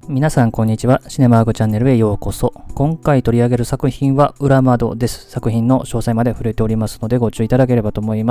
皆さんこんにちは。シネマーグチャンネルへようこそ。今回取り上げる作品は裏窓です。作品の詳細まで触れておりますのでご注意いただければと思います。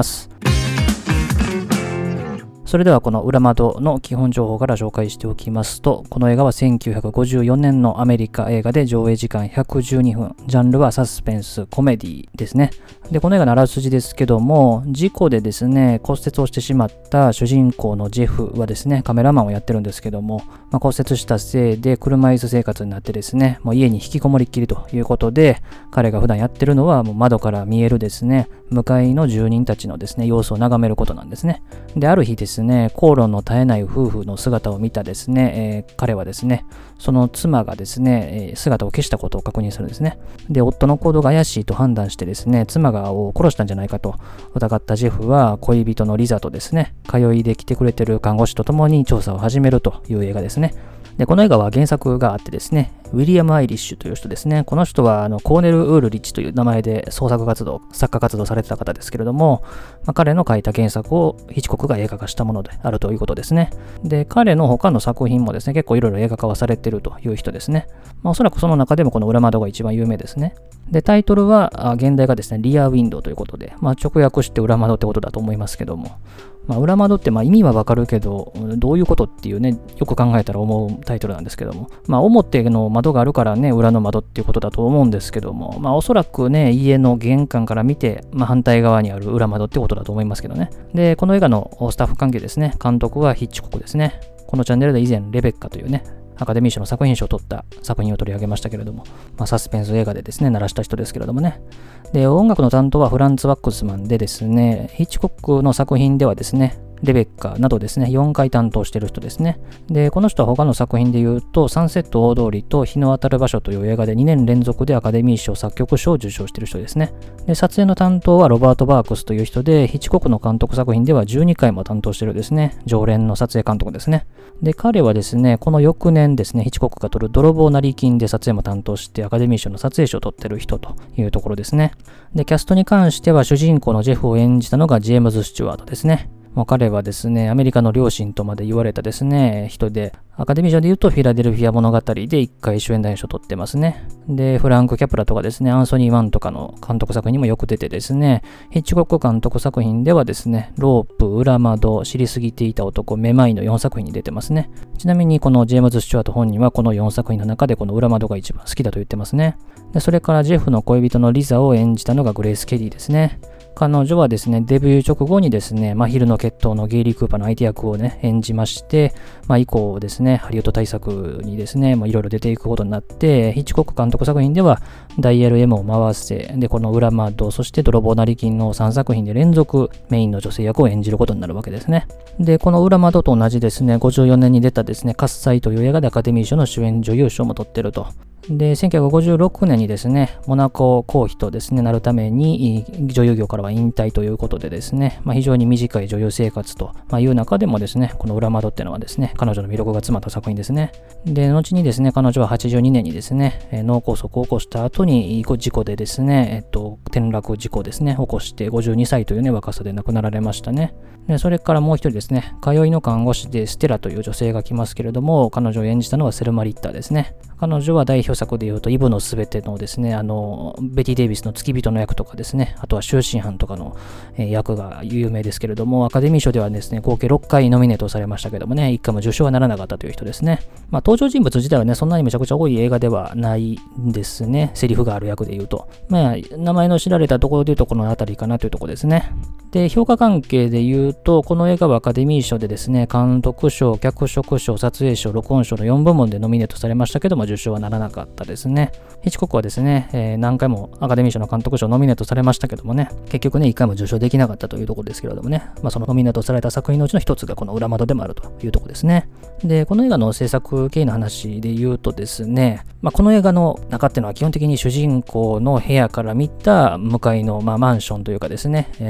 それではこの裏窓の基本情報から紹介しておきますと、この映画は1954年のアメリカ映画で上映時間112分、ジャンルはサスペンス、コメディですね。で、この映画のあらすじですけども、事故でですね、骨折をしてしまった主人公のジェフはですね、カメラマンをやってるんですけども、骨折したせいで車椅子生活になってですね、もう家に引きこもりっきりということで、彼が普段やってるのはもう窓から見えるですね、向かいの住人たちのですね、様子を眺めることなんですね。で、ある日ですね、口論の絶えない夫婦の姿を見たですね、彼はですね、その妻がですね、姿を消したことを確認するんですね。で、夫の行動が怪しいと判断してですね、妻が殺したんじゃないかと疑ったジェフは恋人のリザとですね、通いで来てくれてる看護師と共に調査を始めるという映画ですね。で、この映画は原作があってですね、ウィリアム・アイリッシュという人ですね。この人はコーネル・ウールリッチという名前で創作活動、作家活動されてた方ですけれども、彼の書いた原作をヒッチコックが映画化したものであるということですね。で、彼の他の作品もですね、結構いろいろ映画化はされているという人ですね。おそらくその中でもこの裏窓が一番有名ですね。で、タイトルは現代がですね、リアウィンドウということで、直訳して裏窓ってことだと思いますけども、裏窓って意味はわかるけど、どういうことっていうね、よく考えたら思うタイトルなんですけども、表の窓があるからね、裏の窓っていうことだと思うんですけども、おそらくね、家の玄関から見て、反対側にある裏窓ってことだと思いますけどね。で、この映画のスタッフ関係ですね、監督はヒッチコックですね。このチャンネルで以前、レベッカというね、アカデミー賞の作品賞を取った作品を取り上げましたけれども、サスペンス映画でですね、鳴らした人ですけれどもね。で、音楽の担当はフランツ・ワックスマンでですね、ヒッチコックの作品ではですね、レベッカなどですね、4回担当している人ですね。で、この人は他の作品で言うと、サンセット大通りと日の当たる場所という映画で2年連続でアカデミー賞作曲賞を受賞している人ですね。で、撮影の担当はロバート・バークスという人で、ヒッチコックの監督作品では12回も担当しているですね、常連の撮影監督ですね。で、彼はですね、この翌年ですね、ヒッチコックが撮る泥棒成金で撮影も担当してアカデミー賞の撮影賞を取っている人というところですね。で、キャストに関しては主人公のジェフを演じたのがジェームズ・スチュワートですね。彼はですね、アメリカの両親とまで言われたですね、人で、アカデミー賞で言うとフィラデルフィア物語で1回主演男優賞を取ってますね。で、フランク・キャプラとかですね、アンソニー・ワンとかの監督作品にもよく出てですね、ヒッチコック監督作品ではですね、ロープ、裏窓、知りすぎていた男、めまいの4作品に出てますね。ちなみにこのジェームズ・スチュワート本人はこの4作品の中でこの裏窓が一番好きだと言ってますね。で、それからジェフの恋人のリザを演じたのがグレース・ケリーですね。彼女はですね、デビュー直後にですね、真昼の決闘のゲイリー・クーパーの相手役をね、演じまして、以降ですね、ハリウッド大作にですね、いろいろ出ていくことになって、ヒッチコック監督作品では、ダイヤル M を回せ、で、この裏窓、そして泥棒成金の3作品で連続メインの女性役を演じることになるわけですね。で、この裏窓と同じですね、54年に出たですね、喝采という映画でアカデミー賞の主演女優賞も取ってると。で、1956年にですね、モナコ公妃とですね、なるために女優業からは引退ということでですね、非常に短い女優生活という中でもですね、この裏窓っていうのはですね、彼女の魅力が詰まった作品ですね。で、後にですね、彼女は82年にですね、脳梗塞を起こした後に事故でですね、転落事故ですね、起こして52歳というね、若さで亡くなられましたね。で、それからもう一人ですね、通いの看護師でステラという女性が来ますけれども、彼女を演じたのはセルマ・リッターですね。彼女は代表作でいうと、イブのすべてのですね、ベティ・デイビスの付き人の役とかですね、あとは終身犯とかの役が有名ですけれども、アカデミー賞ではですね、合計6回ノミネートされましたけどもね、1回も受賞はならなかったという人ですね。登場人物自体はね、そんなにめちゃくちゃ多い映画ではないんですね。セリフがある役で言うと。名前の知られたところで言うとこのあたりかなというところですね。で、評価関係で言うと、この映画はアカデミー賞でですね、監督賞、脚色賞、撮影賞、録音賞の4部門でノミネートされましたけども、受賞はならなかったですね。ヒッチコックはですね、何回もアカデミー賞の監督賞ノミネートされましたけどもね、結局ね、1回も受賞できなかったというところですけれどもね、そのノミネートされた作品のうちの一つがこの裏窓でもあるというところですね。で、この映画の制作経緯の話で言うとですね、この映画の中っていうのは基本的に主人公の部屋から見た向かいの、マンションというかですね、部屋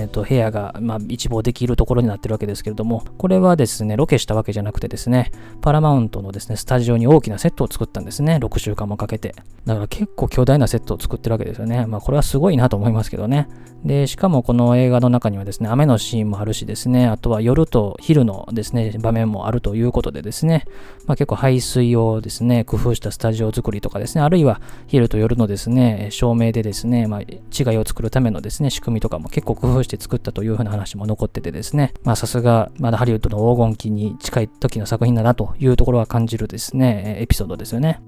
屋が、一望できるところになってるわけですけれども、これはですね、ロケしたわけじゃなくてですね、パラマウントのですね、スタジオに大きなセットを作ったんですね。6週間もかけて。だから結構巨大なセットを作ってるわけですよね。これはすごいなと思いますけどね。で、しかもこの映画の中にはですね、雨のシーンもあるしですね、あとは夜と昼のですね、場面もあるということでですね、結構排水をですね、工夫したスタジオ作りとかですね、あるいは昼と夜のですね、照明でですね、違いを作るためのですね、仕組みとかも結構工夫して作ったというふうな話も残っててですね、さすがまだハリウッドの黄金期に近い時の作品だなというところは感じるですね、エピソードですよね。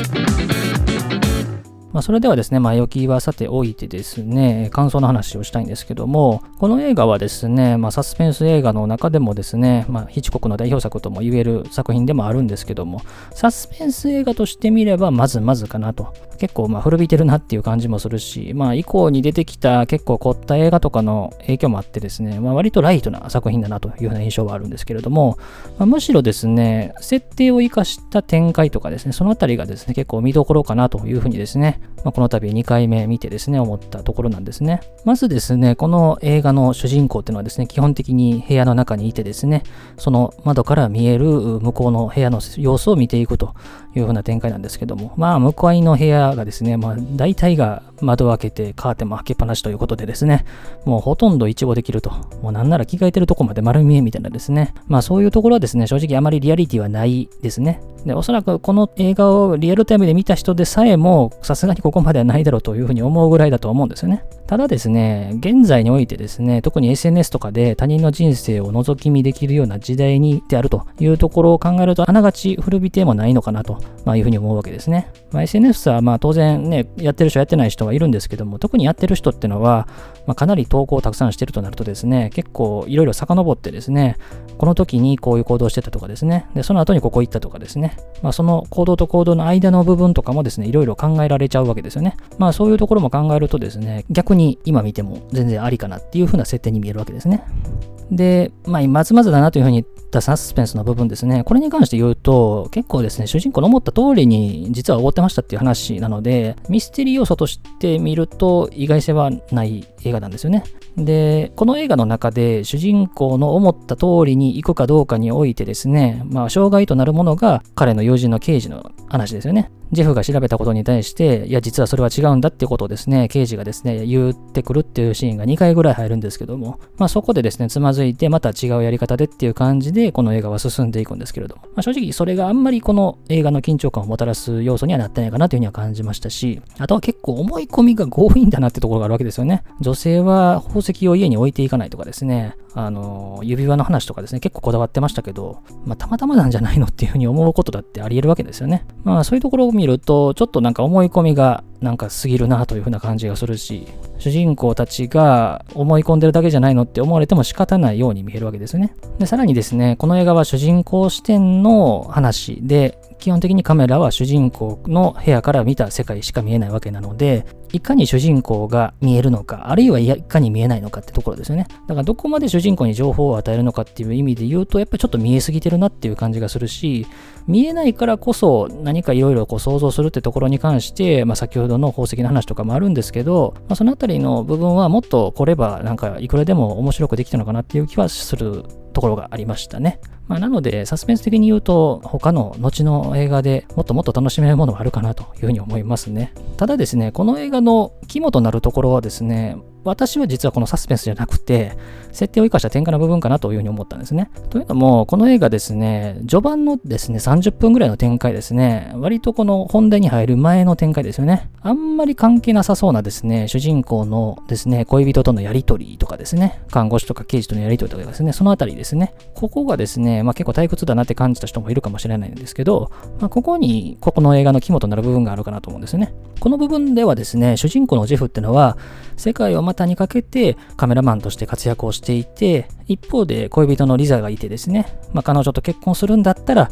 それではですね、前置きはさておいてですね、感想の話をしたいんですけども、この映画はですね、サスペンス映画の中でもですね、ヒッチコックの代表作とも言える作品でもあるんですけども、サスペンス映画として見ればまずかなと。結構古びてるなっていう感じもするし、以降に出てきた結構凝った映画とかの影響もあってですね、割とライトな作品だなというような印象はあるんですけれども、むしろですね、設定を生かした展開とかですね、そのあたりがですね、結構見どころかなというふうにですね、この度2回目見てですね、思ったところなんですね。まずですね、この映画の主人公っていうのはですね、基本的に部屋の中にいてですね、その窓から見える向こうの部屋の様子を見ていくというふうな展開なんですけども、向かいの部屋がですね、大体が窓を開けてカーテンも開けっぱなしということでですね、もうほとんど一望できると、もうなんなら着替えてるとこまで丸見えみたいなですね、そういうところはですね、正直あまりリアリティはないですね。で、おそらくこの映画をリアルタイムで見た人でさえも、さすがにここまではないだろうというふうに思うぐらいだと思うんですよね。ただですね、現在においてですね、特に SNS とかで他人の人生を覗き見できるような時代にであるというところを考えると、あながち古びてもないのかなと、いうふうに思うわけですね。SNS は当然ね、やってる人やってない人はいるんですけども、特にやってる人ってのは、かなり投稿をたくさんしてるとなるとですね、結構いろいろ遡ってですね、この時にこういう行動してたとかですね、で、その後にここ行ったとかですね、その行動と行動の間の部分とかもですね、いろいろ考えられちゃうわけですよね。そういうところも考えるとですね、逆に今見ても全然ありかなっていう風な設定に見えるわけですね。で、まずだなというふうに言ったサスペンスの部分ですね。これに関して言うと、結構ですね、主人公の思った通りに実は起こってましたっていう話なので、ミステリー要素として見ると意外性はない映画なんですよね。で、この映画の中で主人公の思った通りに行くかどうかにおいてですね、障害となるものが彼の友人の刑事の話ですよね。ジェフが調べたことに対して、いや、実はそれは違うんだってことをですね、刑事がですね、言ってくるっていうシーンが2回ぐらい入るんですけども、そこでですね、つまずいて、また違うやり方でっていう感じで、この映画は進んでいくんですけれども、正直それがあんまりこの映画の緊張感をもたらす要素にはなってないかなというふうには感じましたし、あとは結構思い込みが強引だなってところがあるわけですよね。女性は宝石を家に置いていかないとかですね、指輪の話とかですね、結構こだわってましたけど、たまたまなんじゃないのっていうふうに思うことだってあり得るわけですよね。そういうところを見ると、ちょっとなんか思い込みがなんか過ぎるなというふうな感じがするし、主人公たちが思い込んでるだけじゃないのって思われても仕方ないように見えるわけですよね。で、さらにですね、この映画は主人公視点の話で、基本的にカメラは主人公の部屋から見た世界しか見えないわけなので、いかに主人公が見えるのか、あるいはいかに見えないのかってところですよね。だからどこまで主人公に情報を与えるのかっていう意味で言うと、やっぱりちょっと見えすぎてるなっていう感じがするし、見えないからこそ何かいろいろ想像するってところに関して、先ほどの宝石の話とかもあるんですけど、そのあたりの部分はもっとこればなんかいくらでも面白くできたのかなっていう気はするところがありましたね。なので、サスペンス的に言うと、他の後の映画でもっともっと楽しめるものはあるかなというふうに思いますね。ただですね、この映画の肝となるところはですね、私は実はこのサスペンスじゃなくて、設定を生かした展開の部分かなというふうに思ったんですね。というのも、この映画ですね、序盤のですね、30分ぐらいの展開ですね、割とこの本題に入る前の展開ですよね。あんまり関係なさそうなですね、主人公のですね、恋人とのやりとりとかですね、看護師とか刑事とのやりとりとかですね、そのあたりですね、ここがですね、結構退屈だなって感じた人もいるかもしれないんですけど、ここに、ここの映画の肝となる部分があるかなと思うんですよね。この部分ではですね、主人公のジェフっていうのは、世界を股にかけてカメラマンとして活躍をしていて、一方で恋人のリザがいてですね、彼女と結婚するんだったら、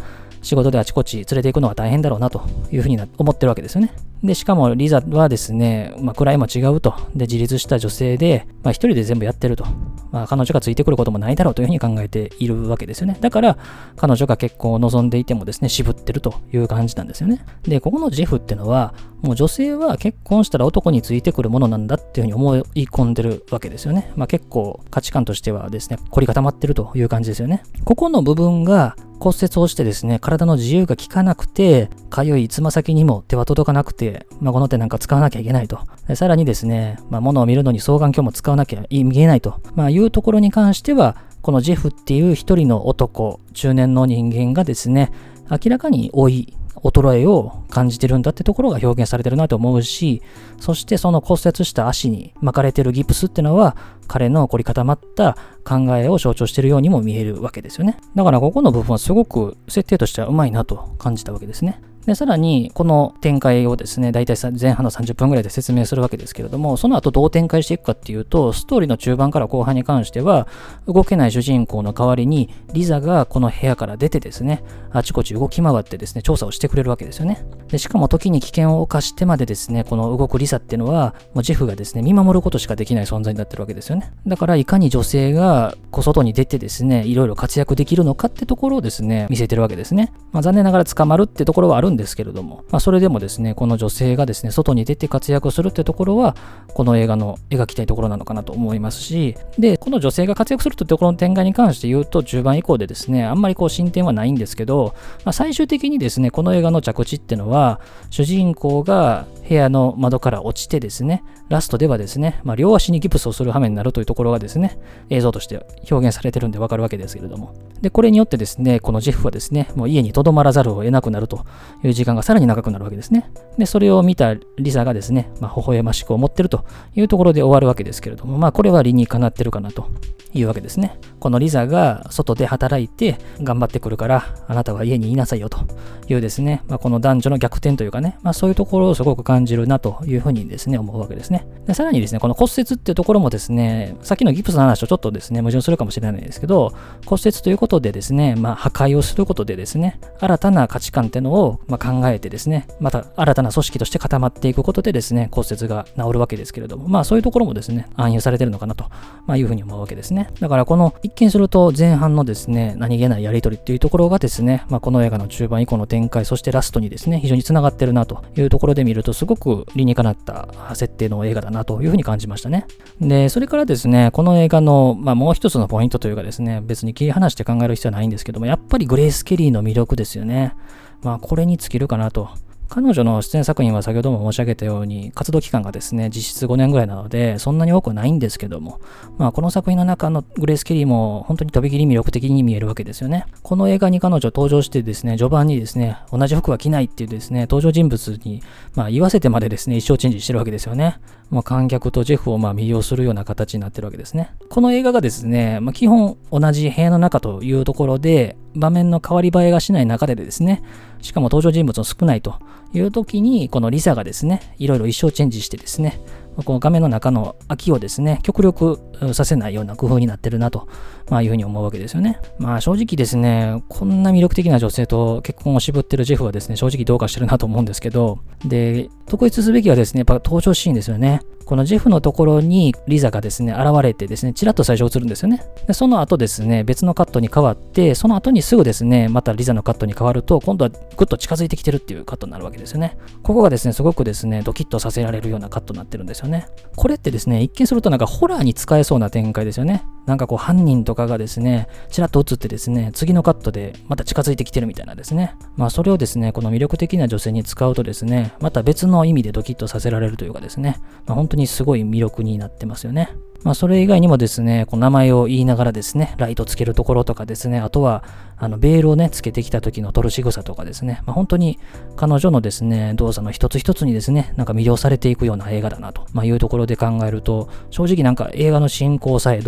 仕事であちこち連れて行くのは大変だろうなというふうに思ってるわけですよね。で、しかもリザはですね、位も違うと。で、自立した女性で、一人で全部やってると。彼女がついてくることもないだろうというふうに考えているわけですよね。だから、彼女が結婚を望んでいてもですね、渋ってるという感じなんですよね。で、ここのジェフってのは、もう女性は結婚したら男についてくるものなんだっていうふうに思い込んでるわけですよね。結構価値観としてはですね、凝り固まってるという感じですよね。ここの部分が骨折をしてですね、体の自由が効かなくて、かゆいつま先にも手は届かなくて、この手なんか使わなきゃいけないと。さらにですね、物を見るのに双眼鏡も使わなきゃいけないと。いうところに関しては、このジェフっていう一人の男、中年の人間がですね、明らかに衰えを感じてるんだってところが表現されてるなと思うし、そしてその骨折した足に巻かれてるギプスってのは彼の凝り固まった考えを象徴しているようにも見えるわけですよね。だからここの部分はすごく設定としてはうまいなと感じたわけですね。で、さらに、この展開をですね、だいたい前半の30分ぐらいで説明するわけですけれども、その後どう展開していくかっていうと、ストーリーの中盤から後半に関しては、動けない主人公の代わりに、リザがこの部屋から出てですね、あちこち動き回ってですね、調査をしてくれるわけですよね。で、しかも時に危険を冒してまでですね、この動くリザっていうのは、もうジェフがですね、見守ることしかできない存在になってるわけですよね。だから、いかに女性が外に出てですね、いろいろ活躍できるのかってところをですね、見せてるわけですね。残念ながら捕まるってところはあるんですけれども、それでもですね、この女性がですね、外に出て活躍するってところは、この映画の描きたいところなのかなと思いますし、で、この女性が活躍するってところの展開に関して言うと、中盤以降でですね、あんまり進展はないんですけど、最終的にですね、この映画の着地ってのは、主人公が部屋の窓から落ちてですね、ラストではですね、両足にギプスをする羽目になるというところがですね、映像として表現されてるんでわかるわけですけれども。で、これによってですね、このジェフはですね、もう家に留まらざるを得なくなるという時間がさらに長くなるわけですね。で、それを見たリサがですね、微笑ましく思ってるというところで終わるわけですけれども、これは理にかなってるかなというわけですね。このリザが外で働いて頑張ってくるから、あなたは家にいなさいよというですね、この男女の逆転というかね、そういうところをすごく感じるなというふうにですね、思うわけですね。で、さらにですね、この骨折っていうところもですね、さっきのギプスの話とちょっとですね、矛盾するかもしれないですけど、骨折ということでですね、破壊をすることでですね、新たな価値観っていうのを考えてですね、また新たな組織として固まっていくことでですね、骨折が治るわけですけれども、そういうところもですね、暗喩されてるのかなと、いうふうに思うわけですね。だからこの一見すると前半のですね、何気ないやりとりっていうところがですね、この映画の中盤以降の展開、そしてラストにですね、非常に繋がってるなというところで見ると、すごく理にかなった設定の映画だなというふうに感じましたね。で、それからですね、この映画の、もう一つのポイントというかですね、別に切り離して考える必要はないんですけども、やっぱりグレース・ケリーの魅力ですよね。これに尽きるかなと。彼女の出演作品は先ほども申し上げたように活動期間がですね、実質5年ぐらいなのでそんなに多くはないんですけども、この作品の中のグレース・ケリーも本当にとびきり魅力的に見えるわけですよね。この映画に彼女登場してですね、序盤にですね、同じ服は着ないっていうですね、登場人物に言わせてまでですね、一生チェンジしてるわけですよね。観客とジェフを魅了するような形になってるわけですね。この映画がですね、基本同じ部屋の中というところで場面の変わり映えがしない中でですね、しかも登場人物の少ないという時に、このリサがですね、いろいろ一生チェンジしてですね、この画面の中の空きをですね、極力させないような工夫になってるなと、いうふうに思うわけですよね。正直ですね、こんな魅力的な女性と結婚を渋ってるジェフはですね、正直どうかしてるなと思うんですけど、で、特筆すべきはですね、やっぱ登場シーンですよね。このジェフのところにリザがですね、現れてですね、ちらっと最初映るんですよね。で、その後ですね、別のカットに変わって、その後にすぐですね、またリザのカットに変わると、今度はぐっと近づいてきてるっていうカットになるわけですよね。ここがですね、すごくですね、ドキッとさせられるようなカットになってるんですよね。これってですね、一見するとなんかホラーに使えそうな展開ですよね。なんか犯人とかがですね、ちらっと映ってですね、次のカットでまた近づいてきてるみたいなですね。それをですね、この魅力的な女性に使うとですね、また別の意味でドキッとさせられるというかですね、本当にすごい魅力になってますよね。それ以外にもですね、この名前を言いながらですね、ライトつけるところとかですね、あとは、ベールをね、つけてきた時の取る仕草とかですね、本当に彼女のですね、動作の一つ一つにですね、なんか魅了されていくような映画だなと、いうところで考えると、正直なんか映画の進行さえどうでもよく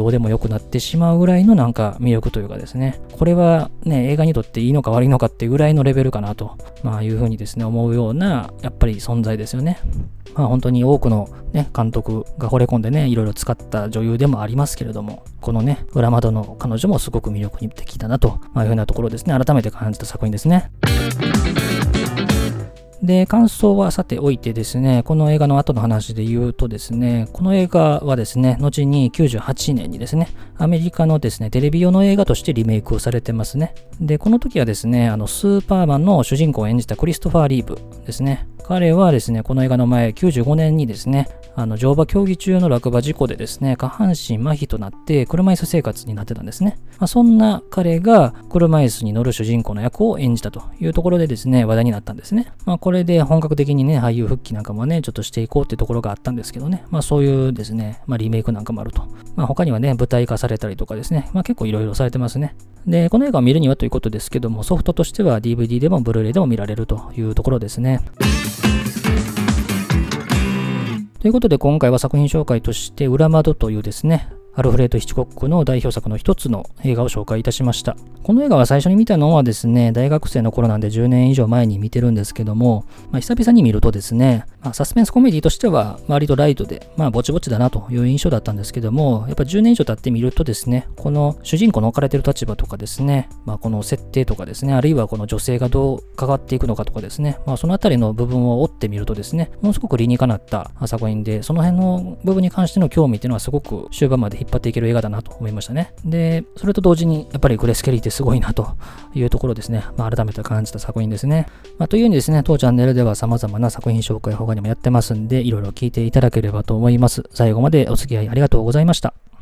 くなってしまうぐらいのなんか魅力というかですね、これはね、映画にとっていいのか悪いのかっていうぐらいのレベルかなと、いうふうにですね、思うような、やっぱり存在ですよね。本当に多くのね、監督が惚れ込んでね、いろいろ使った女優でもありますけれども、このね、裏窓の彼女もすごく魅力的だなと、いうふうなところですね、改めて感じた作品ですね。で、感想はさておいてですね、この映画の後の話で言うとですね、この映画はですね、後に98年にですね、アメリカのですね、テレビ用の映画としてリメイクをされてますね。で、この時はですね、スーパーマンの主人公を演じたクリストファー・リーブですね。彼はですね、この映画の前、95年にですね、乗馬競技中の落馬事故でですね、下半身麻痺となって車椅子生活になってたんですね。そんな彼が車椅子に乗る主人公の役を演じたというところでですね、話題になったんですね。これで本格的にね、俳優復帰なんかもね、ちょっとしていこうっていうところがあったんですけどね、そういうですね、リメイクなんかもあると。他にはね、舞台化されたりとかですね、結構いろいろされてますね。で、この映画を見るにはということですけども、ソフトとしては DVD でもブルーレイでも見られるというところですね。ということで今回は作品紹介として裏窓というですね、アルフレッド・ヒッチコックの代表作の一つの映画を紹介いたしました。この映画は最初に見たのはですね、大学生の頃なんで10年以上前に見てるんですけども、久々に見るとですね、サスペンスコメディとしては割とライトで、ぼちぼちだなという印象だったんですけども、やっぱ10年以上経ってみるとですね、この主人公の置かれている立場とかですね、この設定とかですね、あるいはこの女性がどう関わっていくのかとかですね、そのあたりの部分を追ってみるとですね、ものすごく理にかなった作品で、その辺の部分に関しての興味っていうのはすごく終盤まで引っ張っていける映画だなと思いましたね。で、それと同時にやっぱりグレス・ケリーってすごいなというところですね、改めて感じた作品ですね。というようにですね、当チャンネルでは様々な作品紹介他にもやってますんで、いろいろ聞いていただければと思います。最後までお付き合いありがとうございました。